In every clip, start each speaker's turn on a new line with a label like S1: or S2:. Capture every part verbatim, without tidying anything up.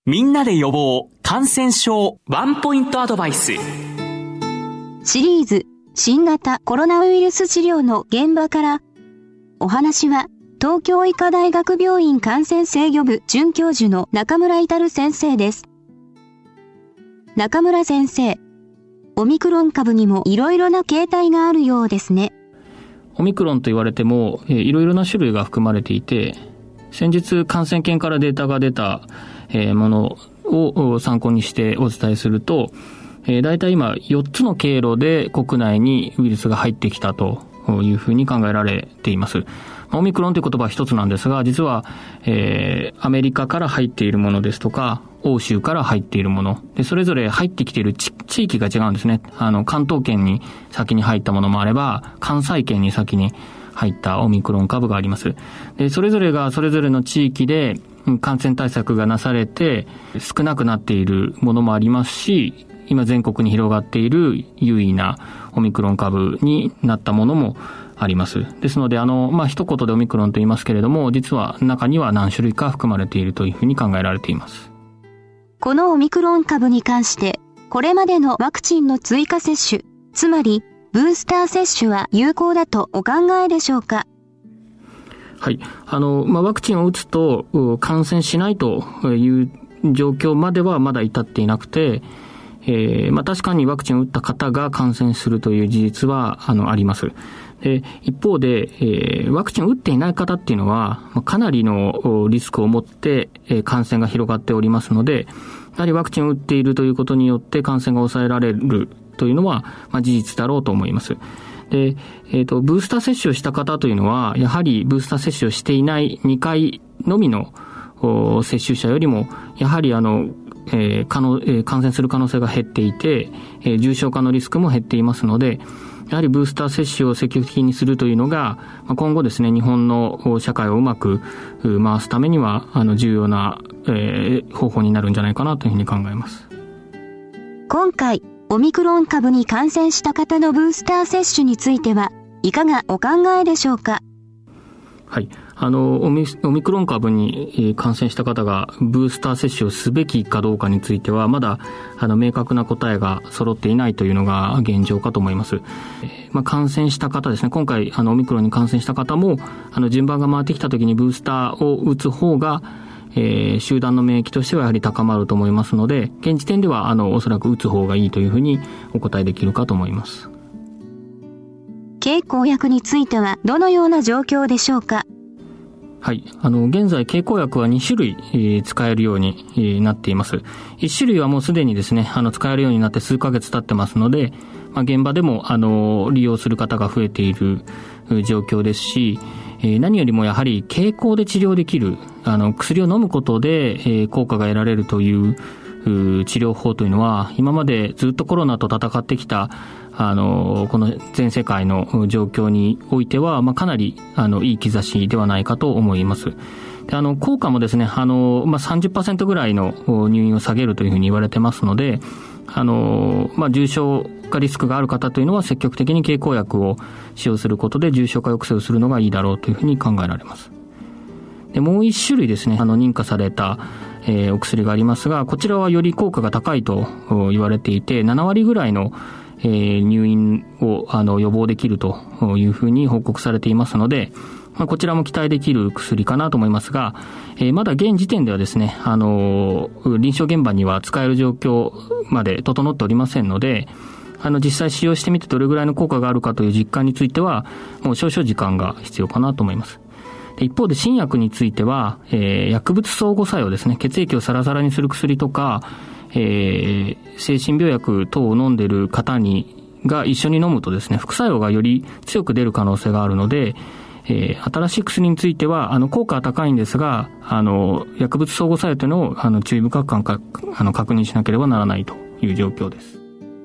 S1: みんなで予防感染症ワンポイントアドバイス
S2: シリーズ新型コロナウイルス治療の現場から。お話は東京医科大学病院感染制御部准教授の中村至先生です。中村先生、オミクロン株にもいろいろな形態があるようですね。
S3: オミクロンと言われてもいろいろな種類が含まれていて、先日感染研からデータが出たものを参考にしてお伝えすると、だいたい今よっつの経路で国内にウイルスが入ってきたというふうに考えられています。オミクロンという言葉は一つなんですが、実は、えー、アメリカから入っているものですとか、欧州から入っているもので、それぞれ入ってきている地域が違うんですね。あの関東圏に先に入ったものもあれば、関西圏に先に入ったオミクロン株があります。で、それぞれがそれぞれの地域で感染対策がなされて少なくなっているものもありますし、今全国に広がっている優位なオミクロン株になったものもあります。ですので、あの、まあ、一言でオミクロンと言いますけれども、実は中には何種類か含まれているというふうに考えられています。
S2: このオミクロン株に関して、これまでのワクチンの追加接種、つまりブースター接種は有効だとお考えでしょうか？
S3: はい。あの、まあ、ワクチンを打つと感染しないという状況まではまだ至っていなくて、えー、まあ、確かにワクチンを打った方が感染するという事実は、あの、あります。で、一方で、えー、ワクチンを打っていない方っていうのは、かなりのリスクを持って、えー、感染が広がっておりますので、やはりワクチンを打っているということによって感染が抑えられるというのは、まあ、事実だろうと思います。で、えっと、ブースター接種をした方というのは、やはりブースター接種をしていないにかいのみの接種者よりも、やはりあの、えー可能えー、感染する可能性が減っていて、えー、重症化のリスクも減っていますので、やはりブースター接種を積極的にするというのが、まあ、今後ですね、日本の社会をうまく回すためには、あの、重要な、えー、方法になるんじゃないかなというふうに考えます。
S2: 今回、オミクロン株に感染した方のブースター接種については、いかがお考えでしょうか？
S3: はい。あの、オミ、オミクロン株に感染した方がブースター接種をすべきかどうかについては、まだ、あの、明確な答えが揃っていないというのが現状かと思います。えー、まあ、感染した方ですね、今回、あの、オミクロンに感染した方も、あの、順番が回ってきた時にブースターを打つ方が、えー、集団の免疫としてはやはり高まると思いますので、現時点では、あの、おそらく打つ方がいいというふうにお答えできるかと思います。
S2: 経口薬については、どのような状況でしょうか？
S3: はい。あの、現在、経口薬はにしゅるい、えー、使えるように、えー、なっています。いっしゅるいはもうすでにですね、あの、使えるようになって数ヶ月経ってますので、まあ、現場でも、あの、利用する方が増えている状況ですし、えー、何よりもやはり、経口で治療できる、あの、薬を飲むことで、えー、効果が得られるという、治療法というのは、今までずっとコロナと戦ってきた、あの、この全世界の状況においては、まあ、かなり、あの、いい兆しではないかと思います。で、あの、効果もですね、あの、まあ、さんじゅっパーセント ぐらいの入院を下げるというふうに言われてますので、あの、まあ、重症化リスクがある方というのは積極的に経口薬を使用することで重症化抑制をするのがいいだろうというふうに考えられます。で、もう一種類ですね、あの、認可された、えー、お薬がありますが、こちらはより効果が高いと言われていて、ななわりぐらいの、えー、入院をあの予防できるというふうに報告されていますので、まあ、こちらも期待できる薬かなと思いますが、えー、まだ現時点ではですね、あのー、臨床現場には使える状況まで整っておりませんので、あの、実際使用してみてどれぐらいの効果があるかという実感については、もう少々時間が必要かなと思います。一方で新薬については、えー、薬物相互作用ですね、血液をサラサラにする薬とか、えー、精神病薬等を飲んでいる方にが一緒に飲むとですね、副作用がより強く出る可能性があるので、えー、新しい薬についてはあの効果は高いんですが、あの薬物相互作用というのをあの注意深くかあの確認しなければならないという状況です。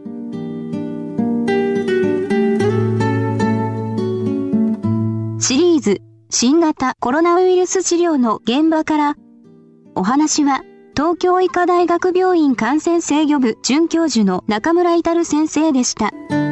S2: シリーズ新型コロナウイルス治療の現場から。お話は東京医科大学病院感染制御部准教授の中村至先生でした。